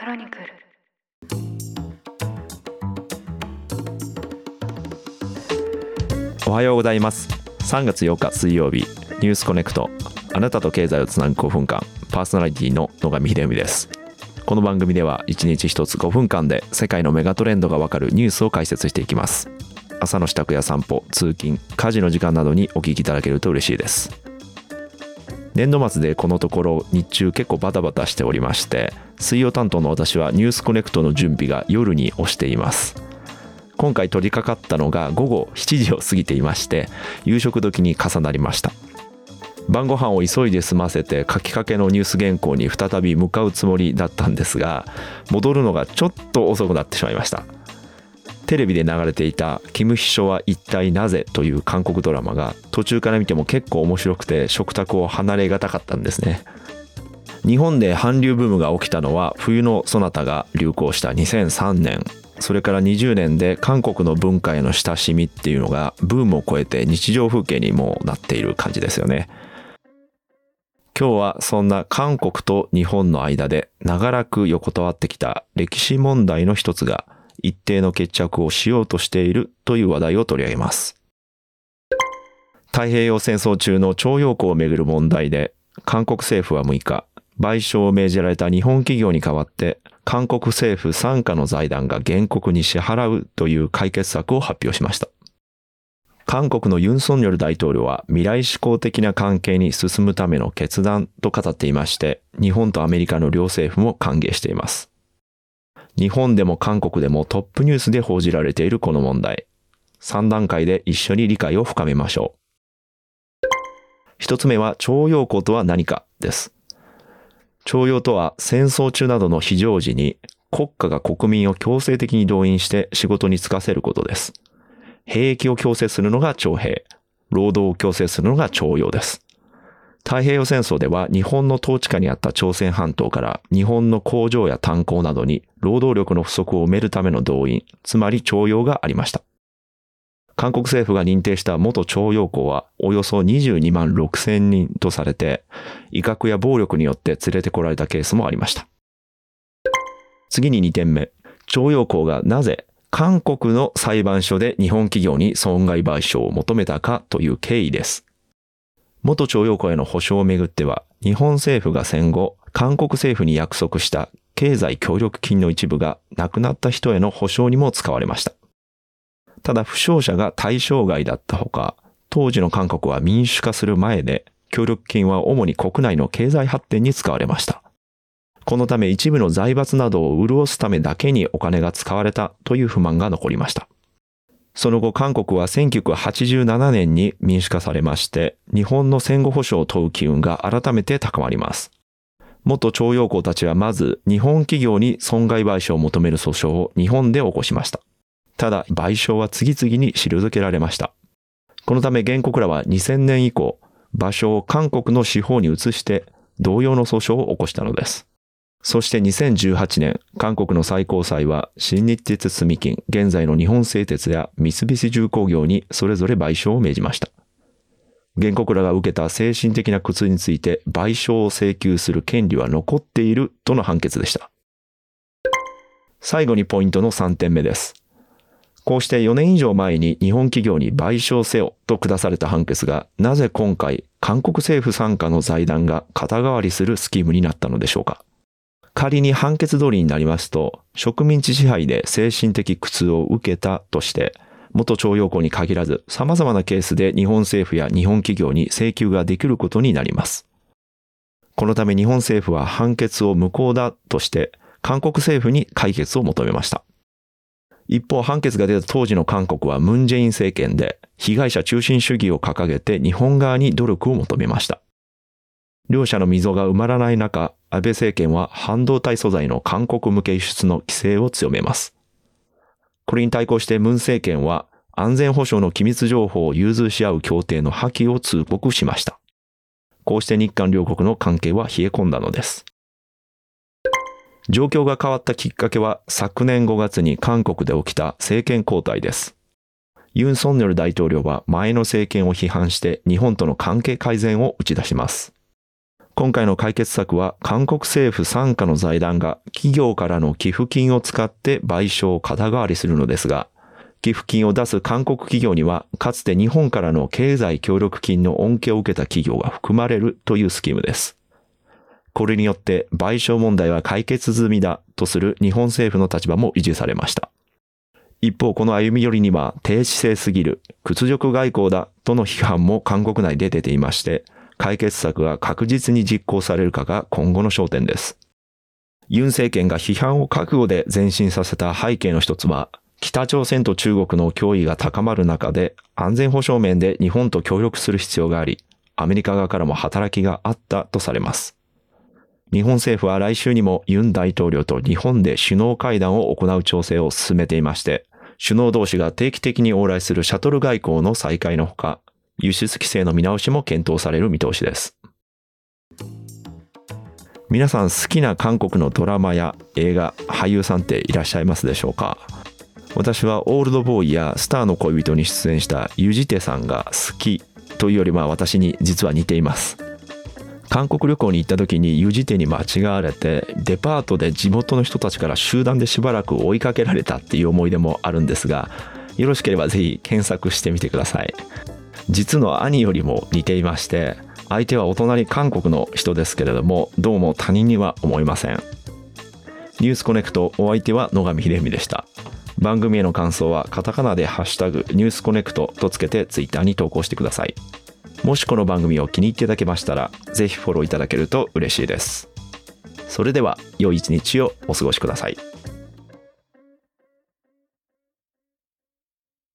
クロニクル。 おはようございます。3月8日水曜日、ニュースコネクト、あなたと経済をつなぐ5分間、パーソナリティの野上秀美です。この番組では1日1つ5分間で世界のメガトレンドがわかるニュースを解説していきます。朝の支度や散歩、通勤、家事の時間などにお聞きいただけると嬉しいです。年度末でこのところ日中結構バタバタしておりまして、水曜担当の私はニュースコネクトの準備が夜に押しています。今回取り掛かったのが午後7時を過ぎていまして、夕食時に重なりました。晩ご飯を急いで済ませて書きかけのニュース原稿に再び向かうつもりだったんですが、戻るのがちょっと遅くなってしまいました。テレビで流れていたキム秘書は一体なぜという韓国ドラマが途中から見ても結構面白くて食卓を離れがたかったんですね。日本で韓流ブームが起きたのは冬のソナタが流行した2003年、それから20年で韓国の文化への親しみっていうのがブームを超えて日常風景にもなっている感じですよね。今日はそんな韓国と日本の間で長らく横たわってきた歴史問題の一つが一定の決着をしようとしているという話題を取り上げます。太平洋戦争中の徴用工をめぐる問題で、韓国政府は6日、賠償を命じられた日本企業に代わって、韓国政府傘下の財団が原告に支払うという解決策を発表しました。韓国のユン・ソンニョル大統領は未来志向的な関係に進むための決断と語っていまして、日本とアメリカの両政府も歓迎しています。日本でも韓国でもトップニュースで報じられているこの問題。3段階で一緒に理解を深めましょう。一つ目は徴用工とは何かです。徴用とは戦争中などの非常時に国家が国民を強制的に動員して仕事に就かせることです。兵役を強制するのが徴兵、労働を強制するのが徴用です。太平洋戦争では日本の統治下にあった朝鮮半島から日本の工場や炭鉱などに労働力の不足を埋めるための動員、つまり徴用がありました。韓国政府が認定した元徴用工はおよそ22万6千人とされて、威嚇や暴力によって連れてこられたケースもありました。次に2点目、徴用工がなぜ韓国の裁判所で日本企業に損害賠償を求めたかという経緯です。元徴用工への補償をめぐっては、日本政府が戦後、韓国政府に約束した経済協力金の一部が亡くなった人への補償にも使われました。ただ負傷者が対象外だったほか、当時の韓国は民主化する前で、協力金は主に国内の経済発展に使われました。このため一部の財閥などを潤すためだけにお金が使われたという不満が残りました。その後韓国は1987年に民主化されまして、日本の戦後保障を問う機運が改めて高まります。元徴用工たちはまず日本企業に損害賠償を求める訴訟を日本で起こしました。ただ賠償は次々に退けられました。このため原告らは2000年以降、場所を韓国の司法に移して同様の訴訟を起こしたのです。そして2018年、韓国の最高裁は新日鉄住金、現在の日本製鉄や三菱重工業にそれぞれ賠償を命じました。原告らが受けた精神的な苦痛について賠償を請求する権利は残っているとの判決でした。最後にポイントの3点目です。こうして4年以上前に日本企業に賠償せよと下された判決が、なぜ今回韓国政府傘下の財団が肩代わりするスキームになったのでしょうか。仮に判決通りになりますと、植民地支配で精神的苦痛を受けたとして、元徴用工に限らず様々なケースで日本政府や日本企業に請求ができることになります。このため日本政府は判決を無効だとして、韓国政府に解決を求めました。一方、判決が出た当時の韓国はムン・ジェイン政権で、被害者中心主義を掲げて日本側に努力を求めました。両者の溝が埋まらない中、安倍政権は半導体素材の韓国向け輸出の規制を強めます。これに対抗してムン政権は安全保障の機密情報を融通し合う協定の破棄を通告しました。こうして日韓両国の関係は冷え込んだのです。状況が変わったきっかけは昨年5月に韓国で起きた政権交代です。ユン・ソンニョル大統領は前の政権を批判して日本との関係改善を打ち出します。 今回の解決策は韓国政府傘下の財団が企業からの寄付金を使って賠償を肩代わりするのですが、寄付金を出す韓国企業にはかつて日本からの経済協力金の恩恵を受けた企業が含まれるというスキームです。これによって賠償問題は解決済みだとする日本政府の立場も維持されました。一方、この歩み寄りには低姿勢すぎる、屈辱外交だとの批判も韓国内で出ていまして、解決策が確実に実行されるかが今後の焦点です。ユン政権が批判を覚悟で前進させた背景の一つは、北朝鮮と中国の脅威が高まる中で安全保障面で日本と協力する必要があり、アメリカ側からも働きがあったとされます。日本政府は来週にもユン大統領と日本で首脳会談を行う調整を進めていまして、首脳同士が定期的に往来するシャトル外交の再開のほか、輸出規制の見直しも検討される見通しです。皆さん好きな韓国のドラマや映画、俳優さんっていらっしゃいますでしょうか？私はオールドボーイやスターの恋人に出演したユジテさんが好きというよりは私に実は似ています。韓国旅行に行った時にユジテに間違われてデパートで地元の人たちから集団でしばらく追いかけられたっていう思い出もあるんですが、よろしければぜひ検索してみてください。実の兄よりも似ていまして、相手はお隣韓国の人ですけれども、どうも他人には思えません。ニュースコネクト、お相手は野上秀美でした。番組への感想はカタカナでハッシュタグニュースコネクトとつけてツイッターに投稿してください。もしこの番組を気に入っていただけましたら、ぜひフォローいただけると嬉しいです。それでは良い一日をお過ごしください。